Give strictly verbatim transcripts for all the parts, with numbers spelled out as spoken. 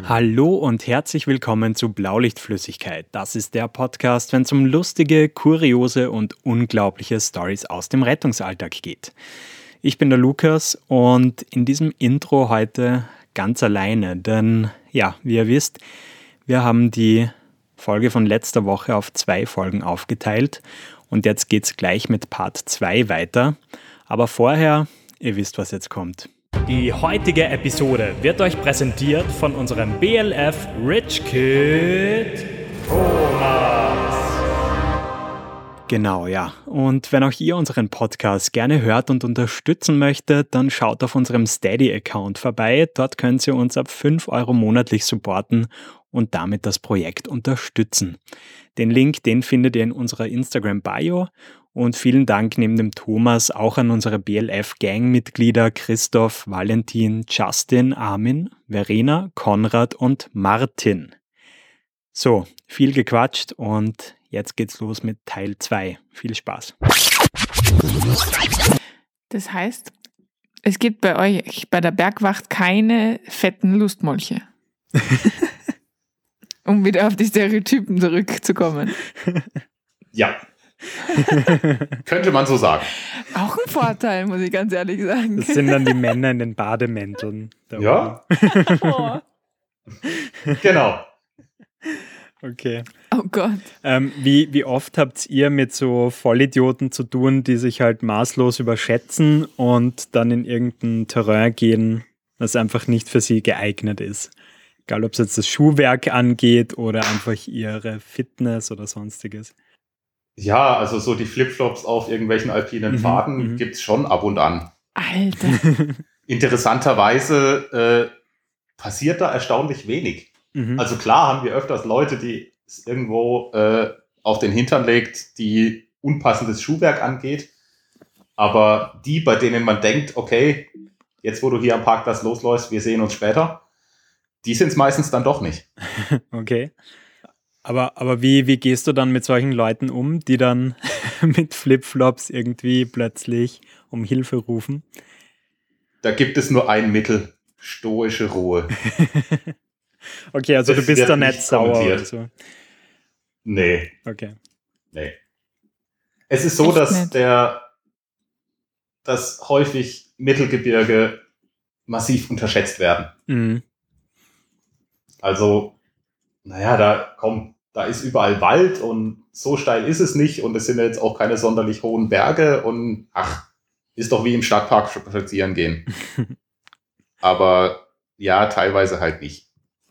Hallo und herzlich willkommen zu Blaulichtflüssigkeit. Das ist der Podcast, wenn es um lustige, kuriose und unglaubliche Stories aus dem Rettungsalltag geht. Ich bin der Lukas und in diesem Intro heute ganz alleine, denn ja, wie ihr wisst, wir haben die Folge von letzter Woche auf zwei Folgen aufgeteilt und jetzt geht's gleich mit Part zwei weiter. Aber vorher, ihr wisst, was jetzt kommt. Die heutige Episode wird euch präsentiert von unserem B L F Rich Kid Thomas. Genau, ja. Und wenn auch ihr unseren Podcast gerne hört und unterstützen möchtet, dann schaut auf unserem Steady-Account vorbei. Dort könnt ihr uns ab fünf Euro monatlich supporten und damit das Projekt unterstützen. Den Link, den findet ihr in unserer Instagram-Bio. Und vielen Dank neben dem Thomas auch an unsere B L F-Gang-Mitglieder Christoph, Valentin, Justin, Armin, Verena, Konrad und Martin. So, viel gequatscht und jetzt geht's los mit Teil zwei. Viel Spaß. Das heißt, es gibt bei euch bei der Bergwacht keine fetten Lustmolche. Um wieder auf die Stereotypen zurückzukommen. Ja. Könnte man so sagen. Auch ein Vorteil, muss ich ganz ehrlich sagen. Das sind dann die Männer in den Bademänteln. Ja. Oh. Genau. Okay. Oh Gott. Ähm, wie, wie oft habt ihr mit so Vollidioten zu tun, die sich halt maßlos überschätzen und dann in irgendein Terrain gehen, das einfach nicht für sie geeignet ist? Egal, ob es jetzt das Schuhwerk angeht oder einfach ihre Fitness oder sonstiges. Ja, also so die Flipflops auf irgendwelchen alpinen Mhm, Pfaden mhm. gibt's schon ab und an. Alter. Interessanterweise äh, passiert da erstaunlich wenig. Mhm. Also klar haben wir öfters Leute, die es irgendwo äh, auf den Hintern legt, die unpassendes Schuhwerk angeht. Aber die, bei denen man denkt, okay, jetzt wo du hier am Parkplatz losläufst, wir sehen uns später, die sind es meistens dann doch nicht. Okay. Aber, aber wie, wie gehst du dann mit solchen Leuten um, die dann mit Flipflops irgendwie plötzlich um Hilfe rufen? Da gibt es nur ein Mittel, stoische Ruhe. Okay, also Das du bist wird da nicht nicht sauer kommentiert. oder so. Nee, Okay. nee. Es ist so, Echt dass nicht? der, dass häufig Mittelgebirge massiv unterschätzt werden. Mhm. Also, naja, da komm, da ist überall Wald und so steil ist es nicht und es sind jetzt auch keine sonderlich hohen Berge und ach, ist doch wie im Stadtpark spazieren gehen. Aber ja, teilweise halt nicht.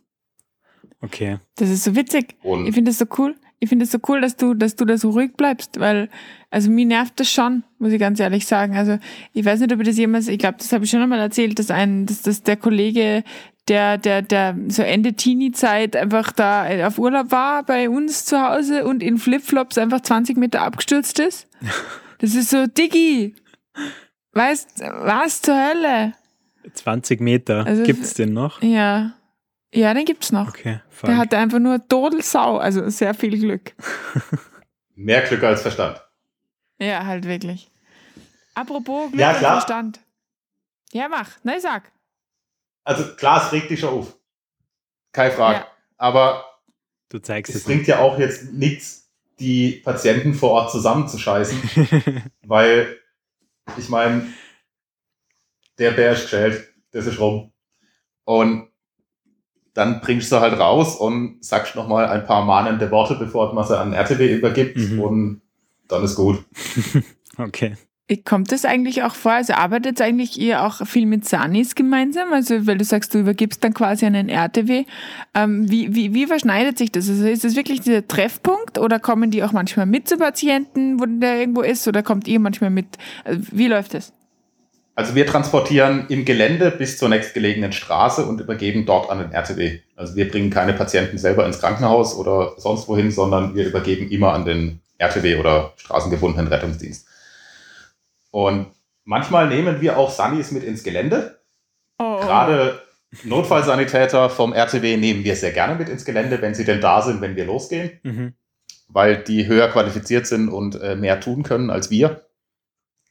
Okay. Das ist so witzig. Und Ich finde es so cool. Ich finde es so cool, dass du, dass du da so ruhig bleibst, weil, also mich nervt das schon, muss ich ganz ehrlich sagen. Also ich weiß nicht, ob ich das jemals, ich glaube, das habe ich schon einmal erzählt, dass ein, dass, dass der Kollege, der, der, der so Ende Teenie-Zeit einfach da auf Urlaub war bei uns zu Hause und in Flipflops einfach zwanzig Meter abgestürzt ist. Das ist so, Diggi, weißt, was zur Hölle? zwanzig Meter. Also- Gibt's den noch? Ja, ja, den gibt's noch. Okay, Der fuck. hatte einfach nur Todelsau, also sehr viel Glück. mehr Glück als Verstand. Ja, halt wirklich. Apropos Glück Ja, und klar. Verstand. Ja, mach. Nein, sag. Also klar, es regt dich schon auf. Keine Frage. Ja. Aber Du zeigst es es bringt ja auch jetzt nichts, die Patienten vor Ort zusammenzuscheißen, weil ich meine, der Bär ist geschält, das ist rum. Und dann bringst du halt raus und sagst nochmal ein paar mahnende Worte, bevor man sie an R T W übergibt Mhm. und dann ist gut. Okay. Kommt das eigentlich auch vor? Also arbeitet eigentlich ihr auch viel mit Sanis gemeinsam? Also, weil du sagst, du übergibst dann quasi an den R T W. Ähm, wie, wie, wie verschneidet sich das? Also, ist das wirklich dieser Treffpunkt oder kommen die auch manchmal mit zu Patienten, wo der irgendwo ist, oder kommt ihr manchmal mit? Also, wie läuft das? Also wir transportieren im Gelände bis zur nächstgelegenen Straße und übergeben dort an den R T W. Also wir bringen keine Patienten selber ins Krankenhaus oder sonst wohin, sondern wir übergeben immer an den R T W oder straßengebundenen Rettungsdienst. Und manchmal nehmen wir auch Sunnies mit ins Gelände. Oh, Gerade Notfallsanitäter vom R T W nehmen wir sehr gerne mit ins Gelände, wenn sie denn da sind, wenn wir losgehen, Mhm. weil die höher qualifiziert sind und äh, mehr tun können als wir.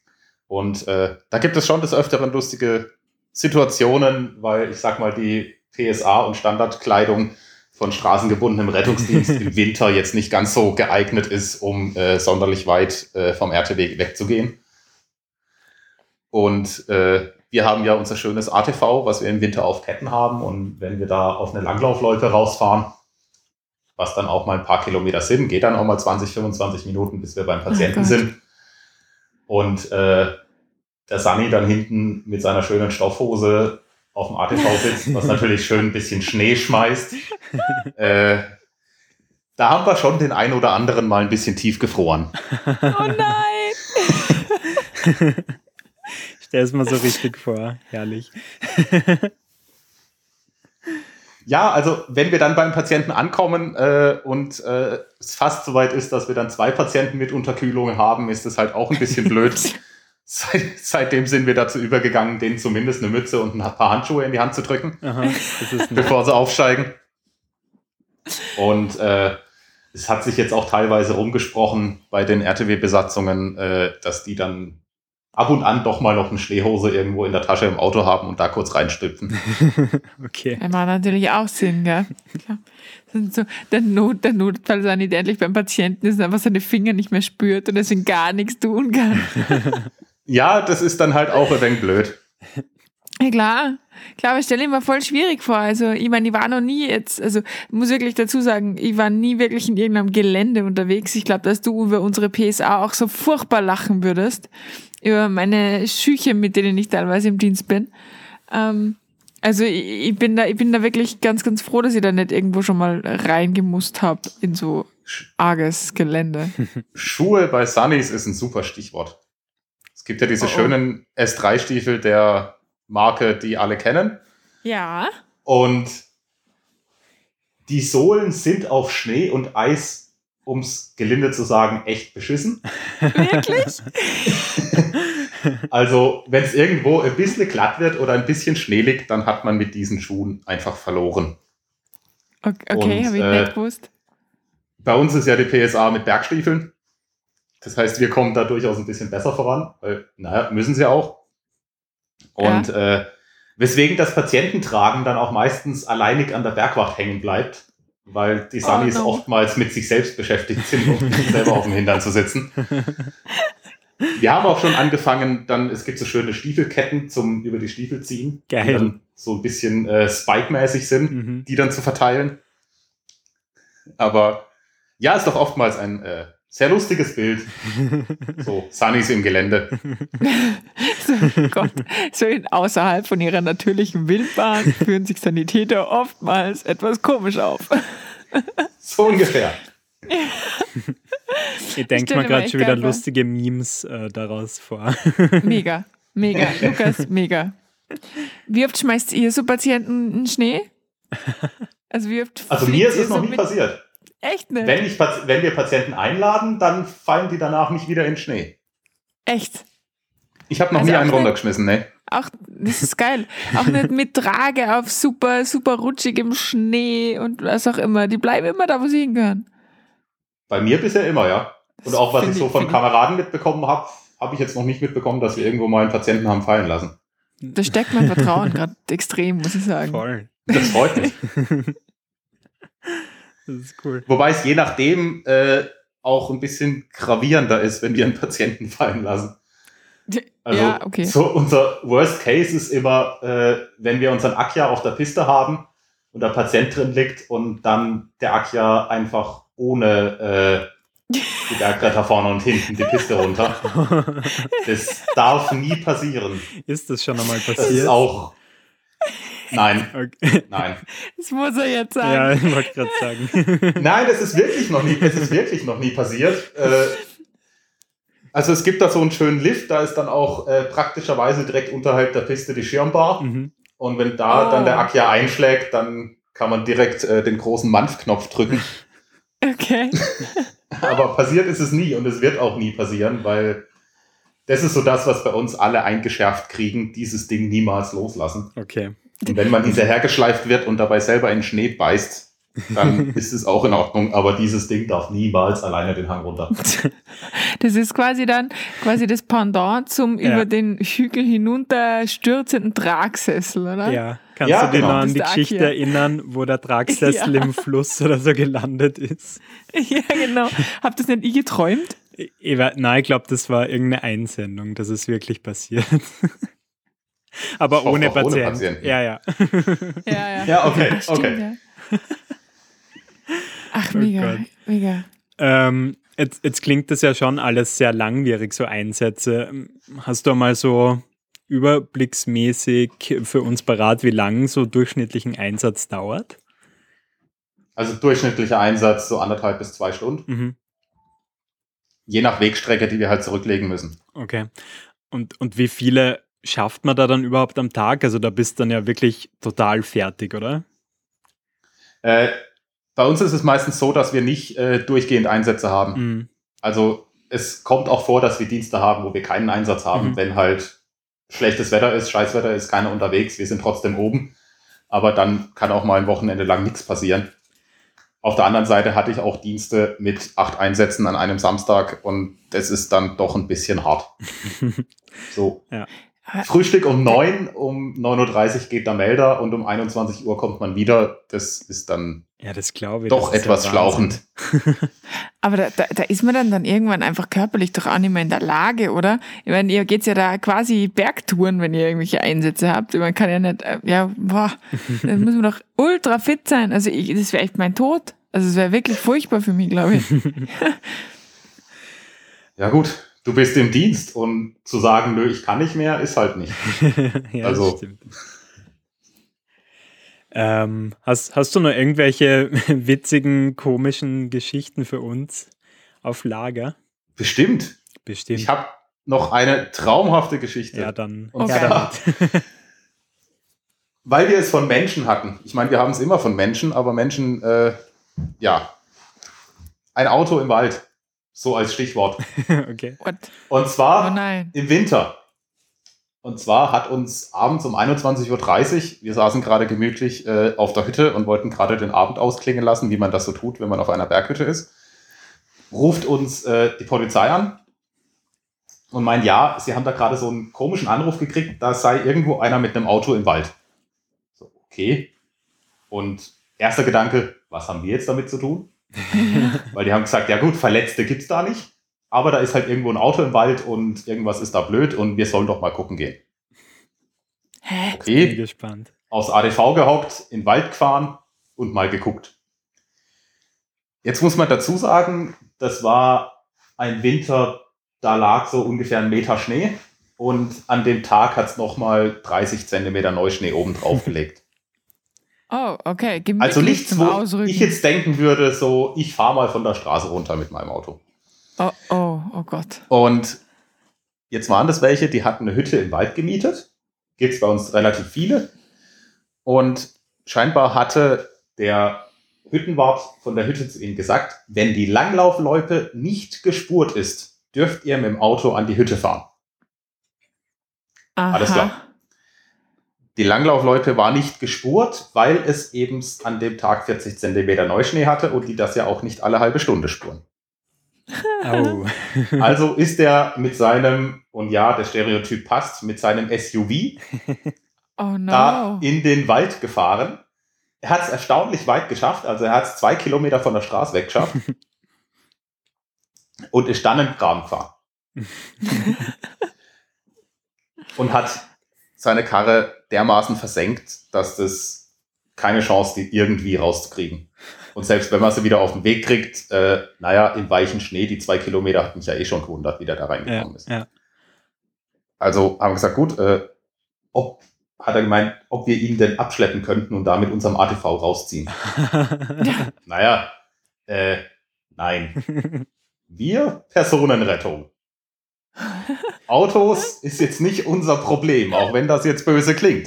Und äh, da gibt es schon des Öfteren lustige Situationen, weil ich sag mal, die P S A und Standardkleidung von straßengebundenem Rettungsdienst im Winter jetzt nicht ganz so geeignet ist, um äh, sonderlich weit äh, vom R T W wegzugehen. Und äh, wir haben ja unser schönes A T V, was wir im Winter auf Ketten haben. Und wenn wir da auf eine Langlaufloipe rausfahren, was dann auch mal ein paar Kilometer sind, geht dann auch mal zwanzig, fünfundzwanzig Minuten, bis wir beim Patienten oh sind. Und äh, der Sunny dann hinten mit seiner schönen Stoffhose auf dem A T V sitzt, was natürlich schön ein bisschen Schnee schmeißt. äh, da haben wir schon den einen oder anderen mal ein bisschen tief gefroren. Oh nein! Stell es mal so richtig vor. Herrlich. Ja, also wenn wir dann beim Patienten ankommen äh, und äh, es fast soweit ist, dass wir dann zwei Patienten mit Unterkühlung haben, ist es halt auch ein bisschen blöd. Seit, seitdem sind wir dazu übergegangen, denen zumindest eine Mütze und ein paar Handschuhe in die Hand zu drücken, Aha, das ist bevor sie aufsteigen. Und äh, es hat sich jetzt auch teilweise rumgesprochen bei den R T W-Besatzungen, äh, dass die dann ab und an doch mal noch eine Schneehose irgendwo in der Tasche im Auto haben und da kurz reinstülpen. Okay. Das macht natürlich auch Sinn, gell? Klar. So, der, Not, der Notfall ist nicht endlich beim Patienten ist, einfach seine Finger nicht mehr spürt und deswegen gar nichts tun kann. Ja, das ist dann halt auch ein wenig blöd. Ja, klar. Klar, aber ich stelle mir voll schwierig vor. Also, ich meine, ich war noch nie jetzt, also, ich muss wirklich dazu sagen, ich war nie wirklich in irgendeinem Gelände unterwegs. Ich glaube, dass du über unsere P S A auch so furchtbar lachen würdest. Über meine Schüche, mit denen ich teilweise im Dienst bin. Ähm, also, ich, ich bin da, ich bin da wirklich ganz, ganz froh, dass ich da nicht irgendwo schon mal reingemusst habe in so arges Gelände. Schuhe bei Sunnys ist ein super Stichwort. Es gibt ja diese oh, oh. schönen S drei Stiefel der Marke, die alle kennen. Ja. Und die Sohlen sind auf Schnee und Eis, um es gelinde zu sagen, echt beschissen. Wirklich? Also, wenn es irgendwo ein bisschen glatt wird oder ein bisschen Schnee liegt, dann hat man mit diesen Schuhen einfach verloren. Okay, okay habe ich äh, nicht gewusst. Bei uns ist ja die P S A mit Bergstiefeln. Das heißt, wir kommen da durchaus ein bisschen besser voran, weil, naja, müssen sie auch. Und ja. äh, weswegen das Patiententragen dann auch meistens alleinig an der Bergwacht hängen bleibt, weil die Sunnys oh no. oftmals mit sich selbst beschäftigt sind, um selber auf dem Hintern zu sitzen. Wir haben auch schon angefangen, dann, es gibt so schöne Stiefelketten zum über die Stiefel ziehen, Geil. Die dann so ein bisschen äh, Spike-mäßig sind, mhm. die dann zu verteilen. Aber ja, ist doch oftmals ein äh, sehr lustiges Bild. So, Sunnys im Gelände. So, Gott, so außerhalb von ihrer natürlichen Wildbahn führen sich Sanitäter oftmals etwas komisch auf. So ungefähr. Ich denke mal gerade schon wieder lustige Memes äh, daraus vor. Mega, mega. Lukas, mega. Wie oft schmeißt ihr so Patienten in den Schnee? Also, wie oft also mir ist es noch so nie mit... passiert. Echt nicht? Wenn, ich, wenn wir Patienten einladen, dann fallen die danach nicht wieder in den Schnee. Echt? Ich habe noch also nie einen runtergeschmissen, ne? Auch, das ist geil. Auch nicht mit Trage auf super, super rutschigem Schnee und was auch immer. Die bleiben immer da, wo sie hingehören. Bei mir bisher immer, ja. Und auch was ich so von Kameraden mitbekommen habe, habe ich jetzt noch nicht mitbekommen, dass wir irgendwo mal einen Patienten haben fallen lassen. Da steckt mein Vertrauen gerade extrem, muss ich sagen. Voll. Das freut mich. Das ist cool. Wobei es je nachdem äh, auch ein bisschen gravierender ist, wenn wir einen Patienten fallen lassen. Also ja, okay. So unser Worst Case ist immer, äh, wenn wir unseren Akja auf der Piste haben und der Patient drin liegt und dann der Akja einfach ohne äh, die Bergbretter vorne und hinten die Piste runter. Das darf nie passieren. Ist das schon einmal passiert? Das ist auch... Nein, okay. Nein. Das muss er jetzt sagen. Ja, ich wollte gerade sagen. Nein, das ist wirklich noch nie, das ist wirklich noch nie passiert. Äh, also es gibt da so einen schönen Lift, da ist dann auch äh, praktischerweise direkt unterhalb der Piste die Schirmbar. Mhm. Und wenn da oh. dann der Akja einschlägt, dann kann man direkt äh, den großen Mampfknopf drücken. Okay. Aber passiert ist es nie und es wird auch nie passieren, weil das ist so das, was bei uns alle eingeschärft kriegen, dieses Ding niemals loslassen. Okay. Und wenn man hinterhergeschleift wird und dabei selber in den Schnee beißt, dann ist es auch in Ordnung, aber dieses Ding darf niemals alleine den Hang runter. Das ist quasi dann quasi das Pendant zum ja. über den Hügel hinunter stürzenden Tragsessel, oder? Ja, Kannst Ja, du dich genau. noch an Das die ist der Geschichte Aki. erinnern, wo der Tragsessel Ja. im Fluss oder so gelandet ist? Ja, genau. Habt das nicht ich geträumt? Ich, ich, wei- nein, ich glaube, das war irgendeine Einsendung, dass es wirklich passiert. Aber Ich hoffe ohne auch ohne Patient. Patienten. Ja, ja. Ja, ja. Ja, okay, Stimmt, okay. ja. Ach, Oh mega, Gott. mega. Ähm, jetzt, jetzt klingt das ja schon alles sehr langwierig, so Einsätze. Hast du mal so überblicksmäßig für uns parat, wie lang so durchschnittlich ein Einsatz dauert? Also durchschnittlicher Einsatz so anderthalb bis zwei Stunden. Mhm. Je nach Wegstrecke, die wir halt zurücklegen müssen. Okay. Und, und wie viele schafft man da dann überhaupt am Tag? Also da bist du dann ja wirklich total fertig, oder? Äh, bei uns ist es meistens so, dass wir nicht äh, durchgehend Einsätze haben. Mhm. Also es kommt auch vor, dass wir Dienste haben, wo wir keinen Einsatz haben, Mhm. wenn halt schlechtes Wetter ist, Scheißwetter ist, keiner unterwegs, wir sind trotzdem oben. Aber dann kann auch mal ein Wochenende lang nichts passieren. Auf der anderen Seite hatte ich auch Dienste mit acht Einsätzen an einem Samstag und das ist dann doch ein bisschen hart. So. Ja. Frühstück um neun, um neun Uhr dreißig geht der Melder und um einundzwanzig Uhr kommt man wieder. Das ist dann Ja, das glaube ich. doch das ist etwas ja schlauchend. Aber da, da, da ist man dann, dann irgendwann einfach körperlich doch auch nicht mehr in der Lage, oder? Ich meine, ihr geht's ja da quasi Bergtouren, wenn ihr irgendwelche Einsätze habt. Man kann ja nicht, äh, ja, boah, da muss man doch ultra fit sein. Also ich, das wäre echt mein Tod. Also es wäre wirklich furchtbar für mich, glaube ich. Ja gut, du bist im Dienst und zu sagen, nö, ich kann nicht mehr, ist halt nicht. Ja, Also- das stimmt. Ähm, hast, hast du noch irgendwelche witzigen, komischen Geschichten für uns auf Lager? Bestimmt. Bestimmt. Ich habe noch eine traumhafte Geschichte. ja, dann Und Okay. her damit. Weil wir es von Menschen hatten. Ich meine, wir haben es immer von Menschen, aber Menschen, äh, ja. Ein Auto im Wald, so als Stichwort. Okay. What? Und Oh zwar nein. im Winter. Und zwar hat uns abends um einundzwanzig Uhr dreißig, wir saßen gerade gemütlich äh, auf der Hütte und wollten gerade den Abend ausklingen lassen, wie man das so tut, wenn man auf einer Berghütte ist, ruft uns äh, die Polizei an und meint, ja, sie haben da gerade so einen komischen Anruf gekriegt, da sei irgendwo einer mit einem Auto im Wald. So, okay. Und erster Gedanke, was haben wir jetzt damit zu tun? Weil die haben gesagt, ja gut, Verletzte gibt's da nicht. Aber da ist halt irgendwo ein Auto im Wald und irgendwas ist da blöd und wir sollen doch mal gucken gehen. Hä? Bin Okay, gespannt. aus A D V gehockt, in den Wald gefahren und mal geguckt. Jetzt muss man dazu sagen, das war ein Winter, da lag so ungefähr ein Meter Schnee und an dem Tag hat es nochmal dreißig Zentimeter Neuschnee oben drauf gelegt. Oh, okay. Gemütlich Also nichts, zum wo Ausrücken. ich jetzt denken würde, so, ich fahre mal von der Straße runter mit meinem Auto. Oh, oh, oh Gott. Und jetzt waren das welche, die hatten eine Hütte im Wald gemietet. Gibt es bei uns relativ viele. Und scheinbar hatte der Hüttenwart von der Hütte zu ihnen gesagt, wenn die Langlaufloipe nicht gespurt ist, dürft ihr mit dem Auto an die Hütte fahren. Aha. Alles klar. Die Langlaufloipe war nicht gespurt, weil es eben an dem Tag vierzig Zentimeter Neuschnee hatte und die das ja auch nicht alle halbe Stunde spuren. Au. Also ist er mit seinem, und ja, der Stereotyp passt, mit seinem S U V Oh no. da in den Wald gefahren. Er hat es erstaunlich weit geschafft, also er hat es zwei Kilometer von der Straße weg geschafft und ist dann in den Graben gefahren. Und hat seine Karre dermaßen versenkt, dass das keine Chance, die irgendwie rauszukriegen. Und selbst wenn man sie wieder auf den Weg kriegt, äh, naja, im weichen Schnee, die zwei Kilometer hat mich ja eh schon gewundert, wie der da reingekommen Ja, ist. ja. Also haben wir gesagt, gut, äh, ob, hat er gemeint, ob wir ihn denn abschleppen könnten und da mit unserem A T V rausziehen. Naja, äh, nein. Wir Personenrettung. Autos ist jetzt nicht unser Problem, auch wenn das jetzt böse klingt.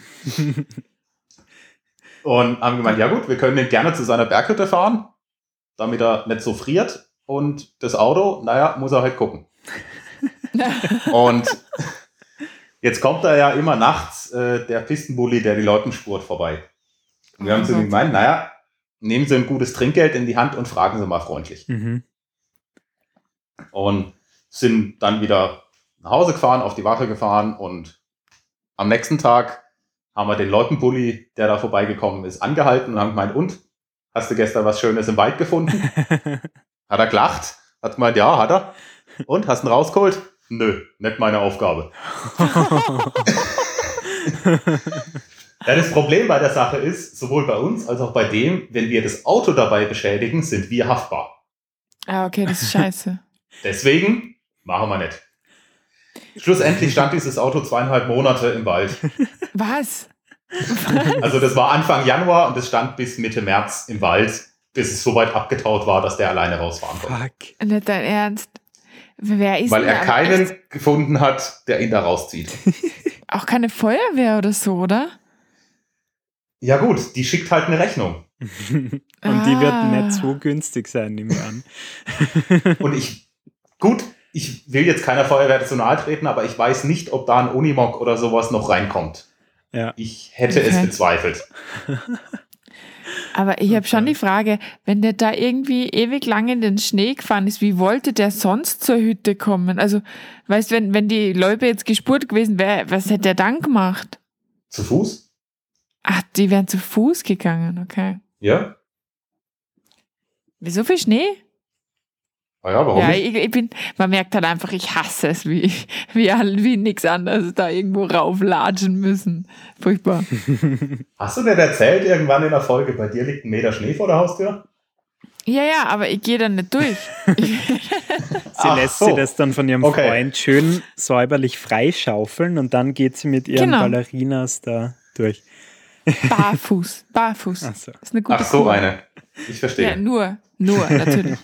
Und haben gemeint, ja gut, wir können ihn gerne zu seiner Berghütte fahren, damit er nicht so friert. Und das Auto, naja, muss er halt gucken. Und jetzt kommt da ja immer nachts äh, der Pistenbully, der die Leuten spurt, vorbei. Und wir haben Oh zu ihm Gott. gemeint, naja, nehmen Sie ein gutes Trinkgeld in die Hand und fragen Sie mal freundlich. Mhm. Und sind dann wieder nach Hause gefahren, auf die Wache gefahren und am nächsten Tag haben wir den Loipenbully, der da vorbeigekommen ist, angehalten und haben gemeint, und? Hast du gestern was Schönes im Wald gefunden? Hat er gelacht, hat gemeint, ja, hat er. Und, hast du ihn rausgeholt? Nö, nicht meine Aufgabe. Ja, das Problem bei der Sache ist, sowohl bei uns als auch bei dem, wenn wir das Auto dabei beschädigen, sind wir haftbar. Ah, okay, das ist scheiße. Deswegen machen wir nicht. Schlussendlich stand dieses Auto zweieinhalb Monate im Wald. Was? Also das war Anfang Januar und es stand bis Mitte März im Wald, bis es so weit abgetaut war, dass der alleine rausfahren konnte. Fuck. Nicht dein Ernst? Wer ist Weil denn er da keinen echt? gefunden hat, der ihn da rauszieht. Auch keine Feuerwehr oder so, oder? Ja gut, die schickt halt eine Rechnung. Und Ah. die wird nicht so günstig sein, nehme ich an. Und ich, gut, ich will jetzt keiner Feuerwehr zu nahe treten, aber ich weiß nicht, ob da ein Unimog oder sowas noch reinkommt. Ja. Ich hätte Okay. es bezweifelt. Aber ich habe schon die Frage, wenn der da irgendwie ewig lang in den Schnee gefahren ist, wie wollte der sonst zur Hütte kommen? Also, weißt du, wenn, wenn die Leute jetzt gespurt gewesen wäre, was hätte der dann gemacht? Zu Fuß? Ach, die wären zu Fuß gegangen, okay. Ja? Wieso viel Schnee? Ah ja, warum Ja, nicht? ich, ich bin, man merkt halt einfach, ich hasse es, wie, wie, all- wie nichts anderes da irgendwo rauflatschen müssen. Furchtbar. Hast du denn erzählt irgendwann in der Folge, bei dir liegt ein Meter Schnee vor der Haustür? Ja, ja, aber ich gehe da nicht durch. Sie Ach lässt so. sie das dann von ihrem Okay. Freund schön säuberlich freischaufeln und dann geht sie mit ihren Genau. Ballerinas da durch. Barfuß, barfuß. Ach so. Das ist eine gute Ach, so Kur. eine. Ich verstehe. Ja, nur, nur, natürlich.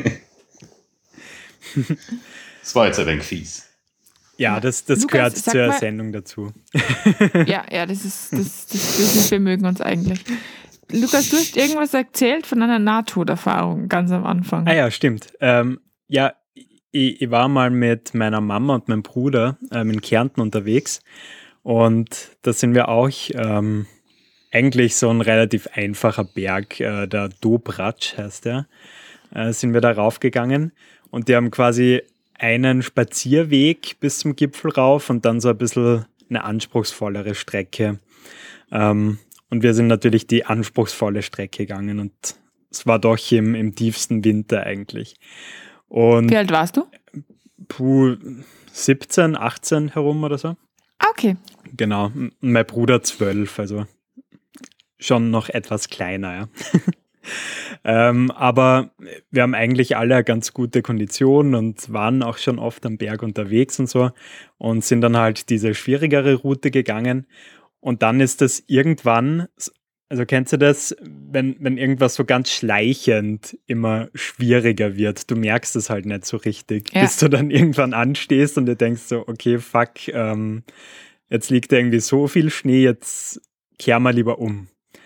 Das war jetzt ein wenig fies. Ja, das, das Lukas, gehört sag zur mal- Sendung dazu. Ja, ja, das ist, das, das, das, wir mögen uns eigentlich. Lukas, du hast irgendwas erzählt von einer Nahtoderfahrung ganz am Anfang. Ah ja, stimmt. Ähm, ja, ich, ich war mal mit meiner Mama und meinem Bruder ähm, in Kärnten unterwegs und da sind wir auch ähm, eigentlich so ein relativ einfacher Berg, äh, der Dobratsch heißt der, äh, sind wir da raufgegangen und die haben quasi einen Spazierweg bis zum Gipfel rauf und dann so ein bisschen eine anspruchsvollere Strecke. Ähm, und wir sind natürlich die anspruchsvolle Strecke gegangen und es war doch im, im tiefsten Winter eigentlich. Und Wie alt warst du? puh, siebzehn, achtzehn herum oder so. Ah, okay. Genau. Und mein Bruder zwölf, also schon noch etwas kleiner, ja. ähm, aber wir haben eigentlich alle eine ganz gute Kondition und waren auch schon oft am Berg unterwegs und so und sind dann halt diese schwierigere Route gegangen. Und dann ist das irgendwann, also kennst du das, wenn, wenn irgendwas so ganz schleichend immer schwieriger wird, du merkst es halt nicht so richtig, Ja. bis du dann irgendwann anstehst und du denkst so, okay, fuck, ähm, jetzt liegt da irgendwie so viel Schnee, jetzt kehr mal lieber um.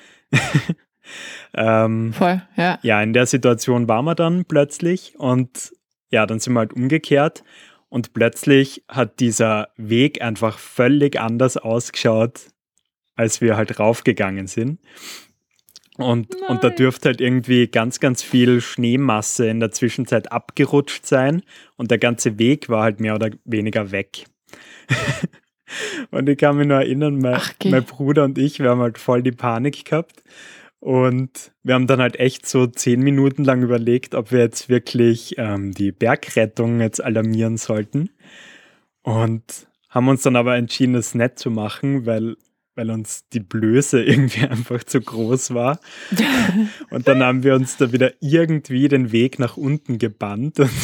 ähm, Voll, ja. ja, in der Situation waren wir dann plötzlich und ja, dann sind wir halt umgekehrt und plötzlich hat dieser Weg einfach völlig anders ausgeschaut, als wir halt raufgegangen sind. Und, und da Nein. dürfte halt irgendwie ganz, ganz viel Schneemasse in der Zwischenzeit abgerutscht sein und der ganze Weg war halt mehr oder weniger weg. Und ich kann mich nur erinnern, mein, Ach, geh. mein Bruder und ich, wir haben halt voll die Panik gehabt und wir haben dann halt echt so zehn Minuten lang überlegt, ob wir jetzt wirklich ähm, die Bergrettung jetzt alarmieren sollten und haben uns dann aber entschieden, das nicht zu machen, weil weil uns die Blöße irgendwie einfach zu groß war. Und dann haben wir uns da wieder irgendwie den Weg nach unten gebannt. Und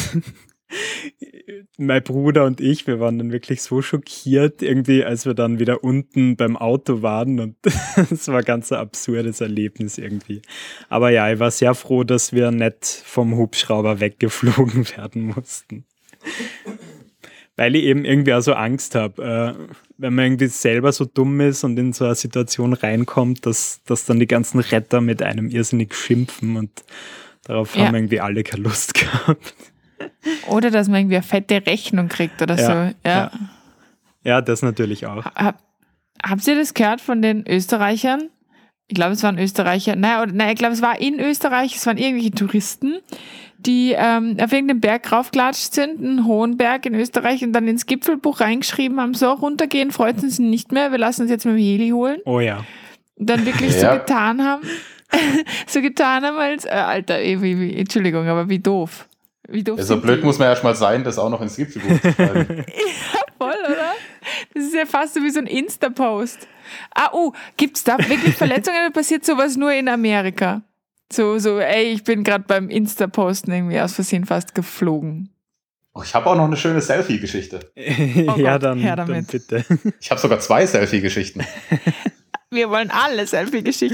mein Bruder und ich, wir waren dann wirklich so schockiert, irgendwie, als wir dann wieder unten beim Auto waren. Und es war ein ganz absurdes Erlebnis irgendwie. Aber ja, ich war sehr froh, dass wir nicht vom Hubschrauber weggeflogen werden mussten. Weil ich eben irgendwie auch so Angst habe, äh, wenn man irgendwie selber so dumm ist und in so eine Situation reinkommt, dass, dass dann die ganzen Retter mit einem irrsinnig schimpfen und darauf Ja. haben irgendwie alle keine Lust gehabt. Oder dass man irgendwie eine fette Rechnung kriegt oder Ja, so. Ja. ja. Ja, das natürlich auch. Hab, habt ihr das gehört von den Österreichern? Ich glaube, es waren Österreicher. Nein, oder, nein, ich glaube, es war in Österreich, es waren irgendwelche Touristen, die ähm, auf irgendeinen Berg raufgelatscht sind, einen hohen Berg in Österreich und dann ins Gipfelbuch reingeschrieben haben, so runtergehen, freut uns nicht mehr, wir lassen uns jetzt mit dem Heli holen. Oh ja. Und dann wirklich Ja. so getan haben, so getan haben als, äh, Alter, ey, wie, wie, Entschuldigung, aber wie doof. Wie doof Ja, so sind blöd die? muss man erst mal sein, das auch noch ins Gipfelbuch zu schreiben. Voll, oder? Das ist ja fast so wie so ein Insta-Post. Ah, oh, gibt's da wirklich Verletzungen oder passiert sowas nur in Amerika? So, so, ey, ich bin gerade beim Insta-Posten irgendwie aus Versehen fast geflogen. Oh, ich habe auch noch eine schöne Selfie-Geschichte. ja, Gott, dann, her dann damit. bitte. Ich habe sogar zwei Selfie-Geschichten. Wir wollen alle Selfie-Geschichten.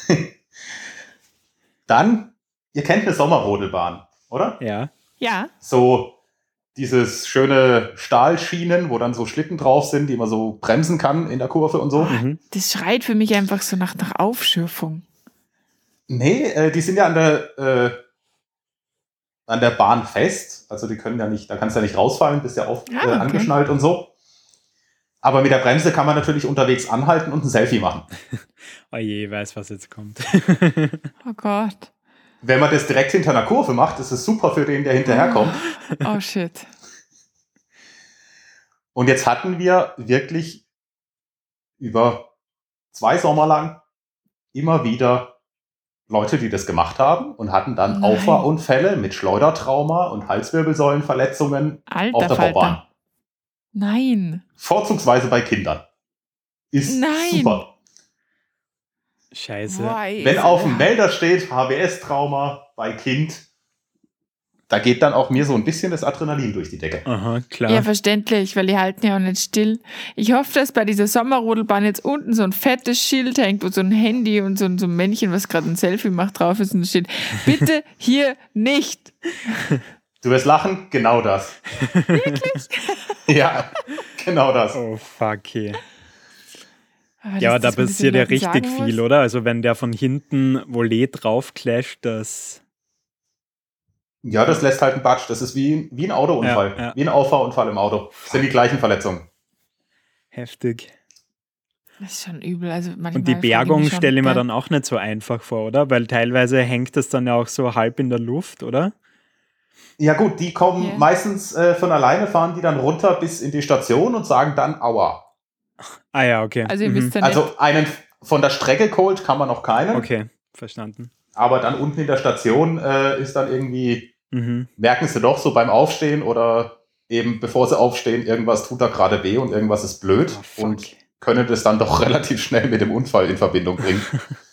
Dann, ihr kennt eine Sommerrodelbahn, oder? Ja. Ja. So dieses schöne Stahlschienen, wo dann so Schlitten drauf sind, die man so bremsen kann in der Kurve und so. Mhm. Das schreit für mich einfach so nach, nach Aufschürfung. Nee, äh, die sind ja an der, äh, an der Bahn fest. Also die können ja nicht, da kannst du ja nicht rausfallen, bist ja auf, Ah, äh, okay. angeschnallt und so. Aber mit der Bremse kann man natürlich unterwegs anhalten und ein Selfie machen. Oh je, ich weiß, was jetzt kommt. Oh Gott. Wenn man das direkt hinter einer Kurve macht, ist es super für den, der hinterherkommt. Oh shit. Und jetzt hatten wir wirklich über zwei Sommer lang immer wieder Leute, die das gemacht haben und hatten dann Nein. Auffahrunfälle mit Schleudertrauma und Halswirbelsäulenverletzungen Alter auf der Falter. Bobbahn. Nein. Vorzugsweise bei Kindern. Ist Nein. super. Scheiße. Boah, ey, Wenn ist- auf dem Melder steht H W S-Trauma bei Kind, da geht dann auch mir so ein bisschen das Adrenalin durch die Decke. Aha, klar. Ja, verständlich, weil die halten ja auch nicht still. Ich hoffe, dass bei dieser Sommerrodelbahn jetzt unten so ein fettes Schild hängt, wo so ein Handy und so ein, so ein Männchen, was gerade ein Selfie macht, drauf ist und steht, bitte hier nicht. Du wirst lachen, genau das. Wirklich? Ja, genau das. Oh, fuck, hey. Aber Ja, aber dass da das passiert ja Leuten richtig sagen viel, muss. oder? Also wenn der von hinten Volley draufclasht, das... Ja, das lässt halt einen Batsch. Das ist wie, wie ein Autounfall. Ja, ja. Wie ein Auffahrunfall im Auto. Das sind die gleichen Verletzungen. Heftig. Das ist schon übel. Also manchmal Und die frage ich Bergung mich schon, stelle ich mir gell? dann auch nicht so einfach vor, oder? Weil teilweise hängt das dann ja auch so halb in der Luft, oder? Ja gut, die kommen Ja. meistens äh, von alleine, fahren die dann runter bis in die Station und sagen dann Aua. Ah ja, okay. Also ihr Mhm. müsst dann nicht. Also einen von der Strecke geholt kann man noch keinen. Okay, verstanden. Aber dann unten in der Station äh, ist dann irgendwie, Mhm. merken sie doch so beim Aufstehen oder eben bevor sie aufstehen, irgendwas tut da gerade weh und irgendwas ist blöd Oh, fuck. und können das dann doch relativ schnell mit dem Unfall in Verbindung bringen.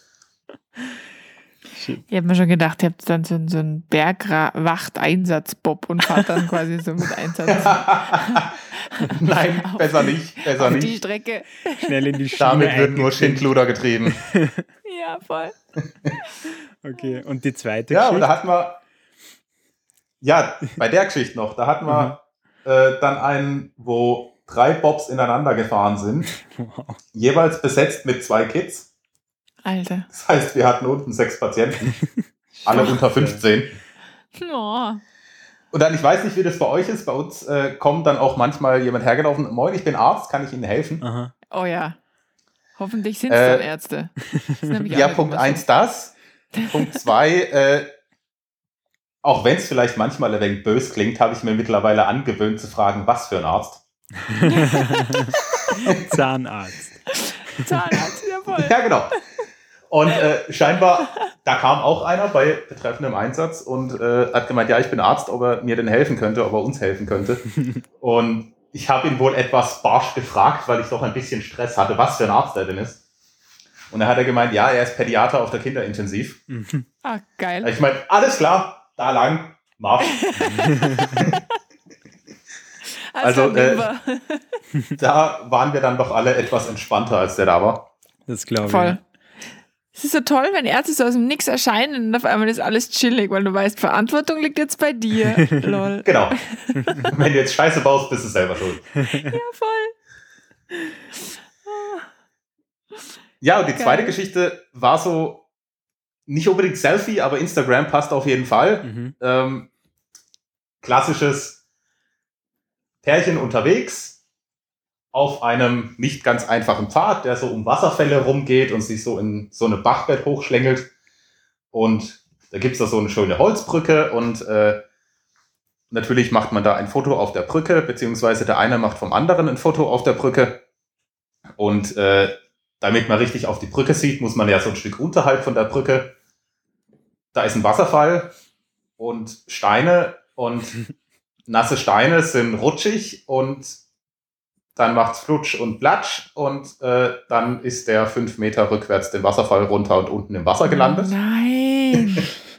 Ich habe mir schon gedacht, ihr habt dann so, einen- so einen Bergwacht-Einsatz-Bob und fahrt dann quasi so mit Einsatz Nein, besser nicht, besser auf die nicht. Strecke. Schnell in die Schiene Damit wird nur eingeklemmt. Schindluder getrieben. Ja, voll. Okay, und die zweite Ja, und da Geschichte? hatten wir, ja, bei der Geschichte noch, da hatten wir äh, dann einen, wo drei Bobs ineinander gefahren sind, Wow. jeweils besetzt mit zwei Kids. Alter. Das heißt, wir hatten unten sechs Patienten, alle unter fünfzehn. Oh. Und dann, ich weiß nicht, wie das bei euch ist, bei uns äh, kommt dann auch manchmal jemand hergelaufen, moin, ich bin Arzt, kann ich Ihnen helfen? Aha. Oh ja. Hoffentlich sind es Äh, dann Ärzte. Das ist nämlich auch Ja, nicht Punkt immer so. eins das. Punkt zwei, äh, auch wenn es vielleicht manchmal ein wenig bös klingt, habe ich mir mittlerweile angewöhnt zu fragen, was für ein Arzt. Zahnarzt. Zahnarzt, jawohl. Ja, genau. Und äh, scheinbar, da kam auch einer bei betreffendem Einsatz und äh, hat gemeint, ja, ich bin Arzt, ob er mir denn helfen könnte, ob er uns helfen könnte. Und ich habe ihn wohl etwas barsch gefragt, weil ich doch ein bisschen Stress hatte, was für ein Arzt er denn ist. Und dann hat er gemeint, ja, er ist Pädiater auf der Kinderintensiv. Mhm. Ah, geil. Ich meine, alles klar, da lang, Marsch. also, äh, rüber. Da waren wir dann doch alle etwas entspannter, als der da war. Das glaube ich. Voll. Es ist so toll, wenn Ärzte so aus dem Nix erscheinen und auf einmal ist alles chillig, weil du weißt, Verantwortung liegt jetzt bei dir. Lol. Genau. Wenn du jetzt Scheiße baust, bist du selber schuld. Ja, voll. Ja, und die Geil. zweite Geschichte war so, nicht unbedingt Selfie, aber Instagram passt auf jeden Fall. Mhm. Ähm, klassisches Pärchen unterwegs auf einem nicht ganz einfachen Pfad, der so um Wasserfälle rumgeht und sich so in so eine Bachbett hochschlängelt. Und Da gibt es da so eine schöne Holzbrücke und äh, natürlich macht man da ein Foto auf der Brücke, beziehungsweise der eine macht vom anderen ein Foto auf der Brücke. Und äh, damit man richtig auf die Brücke sieht, muss man ja so ein Stück unterhalb von der Brücke. Da ist ein Wasserfall und Steine und nasse Steine sind rutschig und dann macht's Flutsch und Platsch und äh, dann ist der fünf Meter rückwärts den Wasserfall runter und unten im Wasser gelandet. Nein!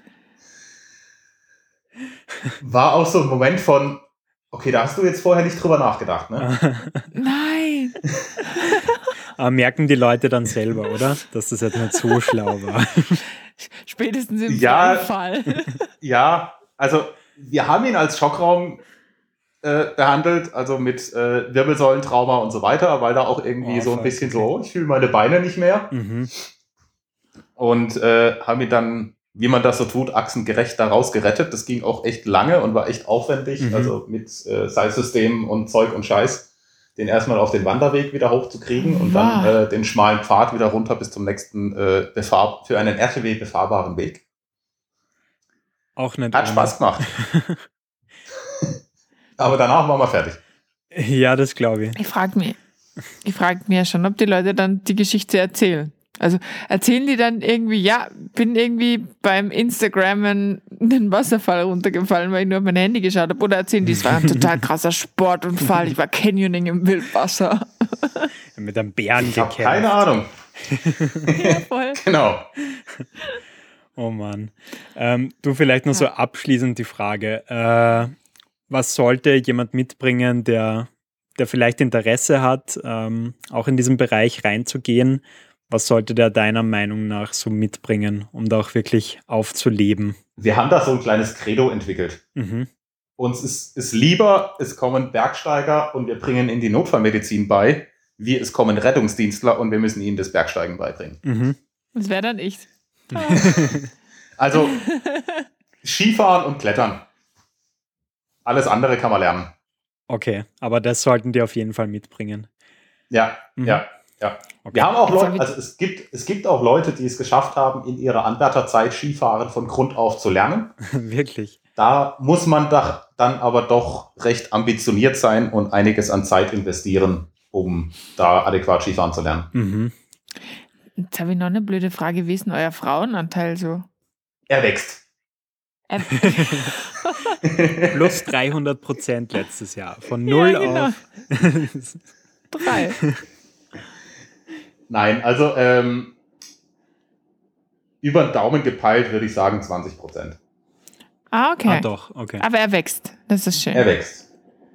War auch so ein Moment von, okay, da hast du jetzt vorher nicht drüber nachgedacht, ne? Nein! Aber merken die Leute dann selber, oder? Dass das jetzt nicht so schlau war. Spätestens im Ja. Fall. Ja, also wir haben ihn als Schockraum äh, behandelt, also mit äh, Wirbelsäulentrauma und so weiter, weil da auch irgendwie Oh, so ein fuck, bisschen okay. so, oh, ich fühle meine Beine nicht mehr. Mhm. Und äh, haben ihn dann, wie man das so tut, achsengerecht da rausgerettet. Das ging auch echt lange und war echt aufwendig, Mhm. also mit äh, Seilsystemen und Zeug und Scheiß, den erstmal auf den Wanderweg wieder hochzukriegen und dann Wow. äh, den schmalen Pfad wieder runter bis zum nächsten äh, befahr für einen R T W befahrbaren Weg. Auch nicht Hat ohne. Spaß gemacht. Aber danach waren wir fertig. Ja, das glaube ich. Ich frage mich, ich frage mich ja schon, ob die Leute dann die Geschichte erzählen. Also erzählen die dann irgendwie, ja, bin irgendwie beim Instagrammen einen Wasserfall runtergefallen, weil ich nur auf mein Handy geschaut habe. Oder erzählen die, es war ein total krasser Sportunfall, ich war Canyoning im Wildwasser. Mit einem Bären Ich habe gekämpft. keine Ahnung. Ja, voll. Genau. Oh Mann. Ähm, du, vielleicht noch so abschließend die Frage. Äh, was sollte jemand mitbringen, der, der vielleicht Interesse hat, ähm, auch in diesen Bereich reinzugehen? Was sollte der deiner Meinung nach so mitbringen, um da auch wirklich aufzuleben? Wir haben da so ein kleines Credo entwickelt. Mhm. Uns ist, ist lieber, es kommen Bergsteiger und wir bringen ihnen die Notfallmedizin bei, wie es kommen Rettungsdienstler und wir müssen ihnen das Bergsteigen beibringen. Mhm. Das wäre dann ich. Also Skifahren und Klettern. Alles andere kann man lernen. Okay, aber das sollten die auf jeden Fall mitbringen. Ja, Mhm. ja, ja. Okay. Wir haben auch Jetzt hab Leute, ich- also es gibt, es gibt auch Leute, die es geschafft haben, in ihrer Anwärterzeit Skifahren von Grund auf zu lernen. Wirklich. Da muss man doch dann aber doch recht ambitioniert sein und einiges an Zeit investieren, um da adäquat Skifahren zu lernen. Mhm. Jetzt habe ich noch eine blöde Frage. Wie ist denn euer Frauenanteil so? Er wächst. Ähm, Plus dreihundert Prozent letztes Jahr. Von null genau. auf. drei. Nein, also ähm, über den Daumen gepeilt würde ich sagen zwanzig Prozent. Ah, okay. Ah, doch, okay. Aber er wächst. Das ist schön. Er wächst.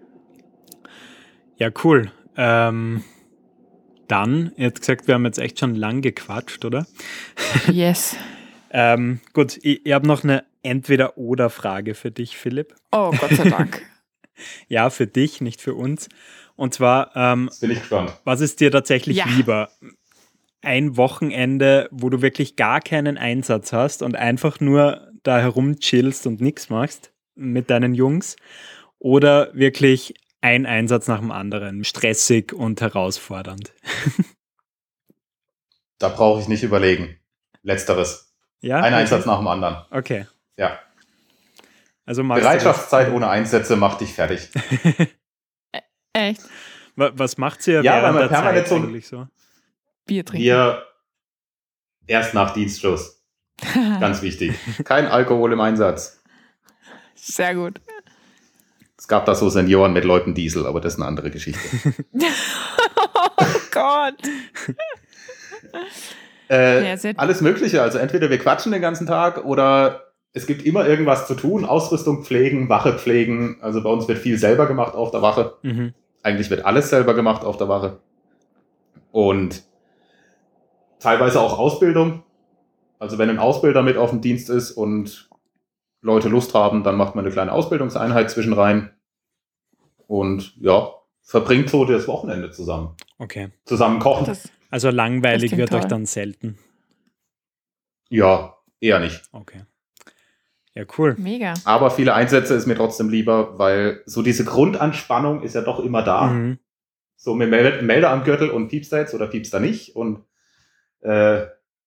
Ja, cool. Ähm, dann, ihr habt gesagt, wir haben jetzt echt schon lang gequatscht, oder? Yes. Ähm, gut, ich, ich habe noch eine Entweder-Oder-Frage für dich, Philipp. Oh, Gott sei Dank. Ja, für dich, nicht für uns. Und zwar, ähm, Jetzt bin ich gespannt. was ist dir tatsächlich Ja. lieber? Ein Wochenende, wo du wirklich gar keinen Einsatz hast und einfach nur da herumchillst und nichts machst mit deinen Jungs? Oder wirklich ein Einsatz nach dem anderen, stressig und herausfordernd? Da brauche ich nicht überlegen. Letzteres. Ja? Ein wirklich? Einsatz nach dem anderen. Okay. Ja. Also magst du Bereitschaftszeit ohne Einsätze macht dich fertig. Echt? das- Wa- Was macht ihr Ja, weil während man der permanent Zeit so- eigentlich so? Bier trinken. Wir erst nach Dienstschluss. Ganz wichtig. Kein Alkohol im Einsatz. Sehr gut. Es gab da so Senioren mit Leutendiesel, aber das ist eine andere Geschichte. Oh Gott. Äh, Ja, sehr- alles Mögliche. Also entweder wir quatschen den ganzen Tag oder es gibt immer irgendwas zu tun. Ausrüstung pflegen, Wache pflegen. Also bei uns wird viel selber gemacht auf der Wache. Mhm. Eigentlich wird alles selber gemacht auf der Wache. Und teilweise auch Ausbildung. Also wenn ein Ausbilder mit auf dem Dienst ist und Leute Lust haben, dann macht man eine kleine Ausbildungseinheit zwischenrein. Und ja, verbringt so das Wochenende zusammen. Okay. Zusammen kochen. Das, Also langweilig Das klingt wird euch toll. dann selten. Ja, eher nicht. Okay. Ja, cool. mega. Aber viele Einsätze ist mir trotzdem lieber, weil so diese Grundanspannung ist ja doch immer da. Mhm. So mit Mel- Melder am Gürtel und piepst da jetzt oder piepst da nicht. Und äh,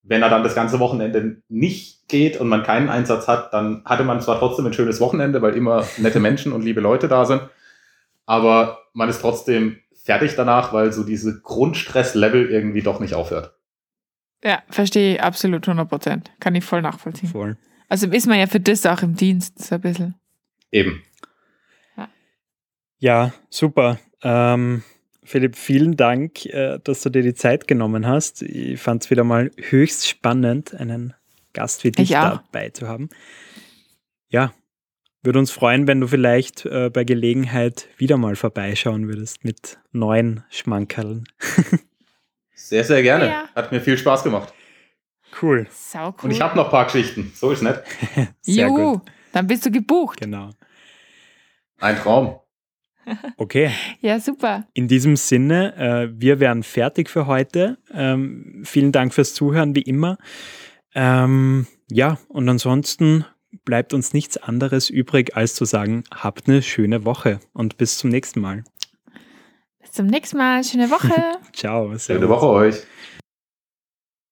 wenn er dann das ganze Wochenende nicht geht und man keinen Einsatz hat, dann hatte man zwar trotzdem ein schönes Wochenende, weil immer nette Menschen und liebe Leute da sind, aber man ist trotzdem fertig danach, weil so diese Grundstress-Level irgendwie doch nicht aufhört. Ja, verstehe ich absolut hundert Prozent. Kann ich voll nachvollziehen. Voll. Also ist man ja für das auch im Dienst, so ein bisschen. Eben. Ja, Ja, super. Ähm, Philipp, vielen Dank, äh, dass du dir die Zeit genommen hast. Ich fand es wieder mal höchst spannend, einen Gast wie dich Ich auch. dabei zu haben. Ja, würde uns freuen, wenn du vielleicht äh, bei Gelegenheit wieder mal vorbeischauen würdest mit neuen Schmankerln. Sehr, sehr gerne. Ja. Hat mir viel Spaß gemacht. Cool. sau cool. Und ich habe noch ein paar Geschichten. So ist nett. Sehr Juhu, gut. dann bist du gebucht. Genau. Ein Traum. Okay. Ja, super. In diesem Sinne, äh, wir wären fertig für heute. Ähm, vielen Dank fürs Zuhören, wie immer. Ähm, ja, und ansonsten bleibt uns nichts anderes übrig, als zu sagen, habt eine schöne Woche und bis zum nächsten Mal. Bis zum nächsten Mal. Schöne Woche. Ciao. Schöne servus. Woche euch.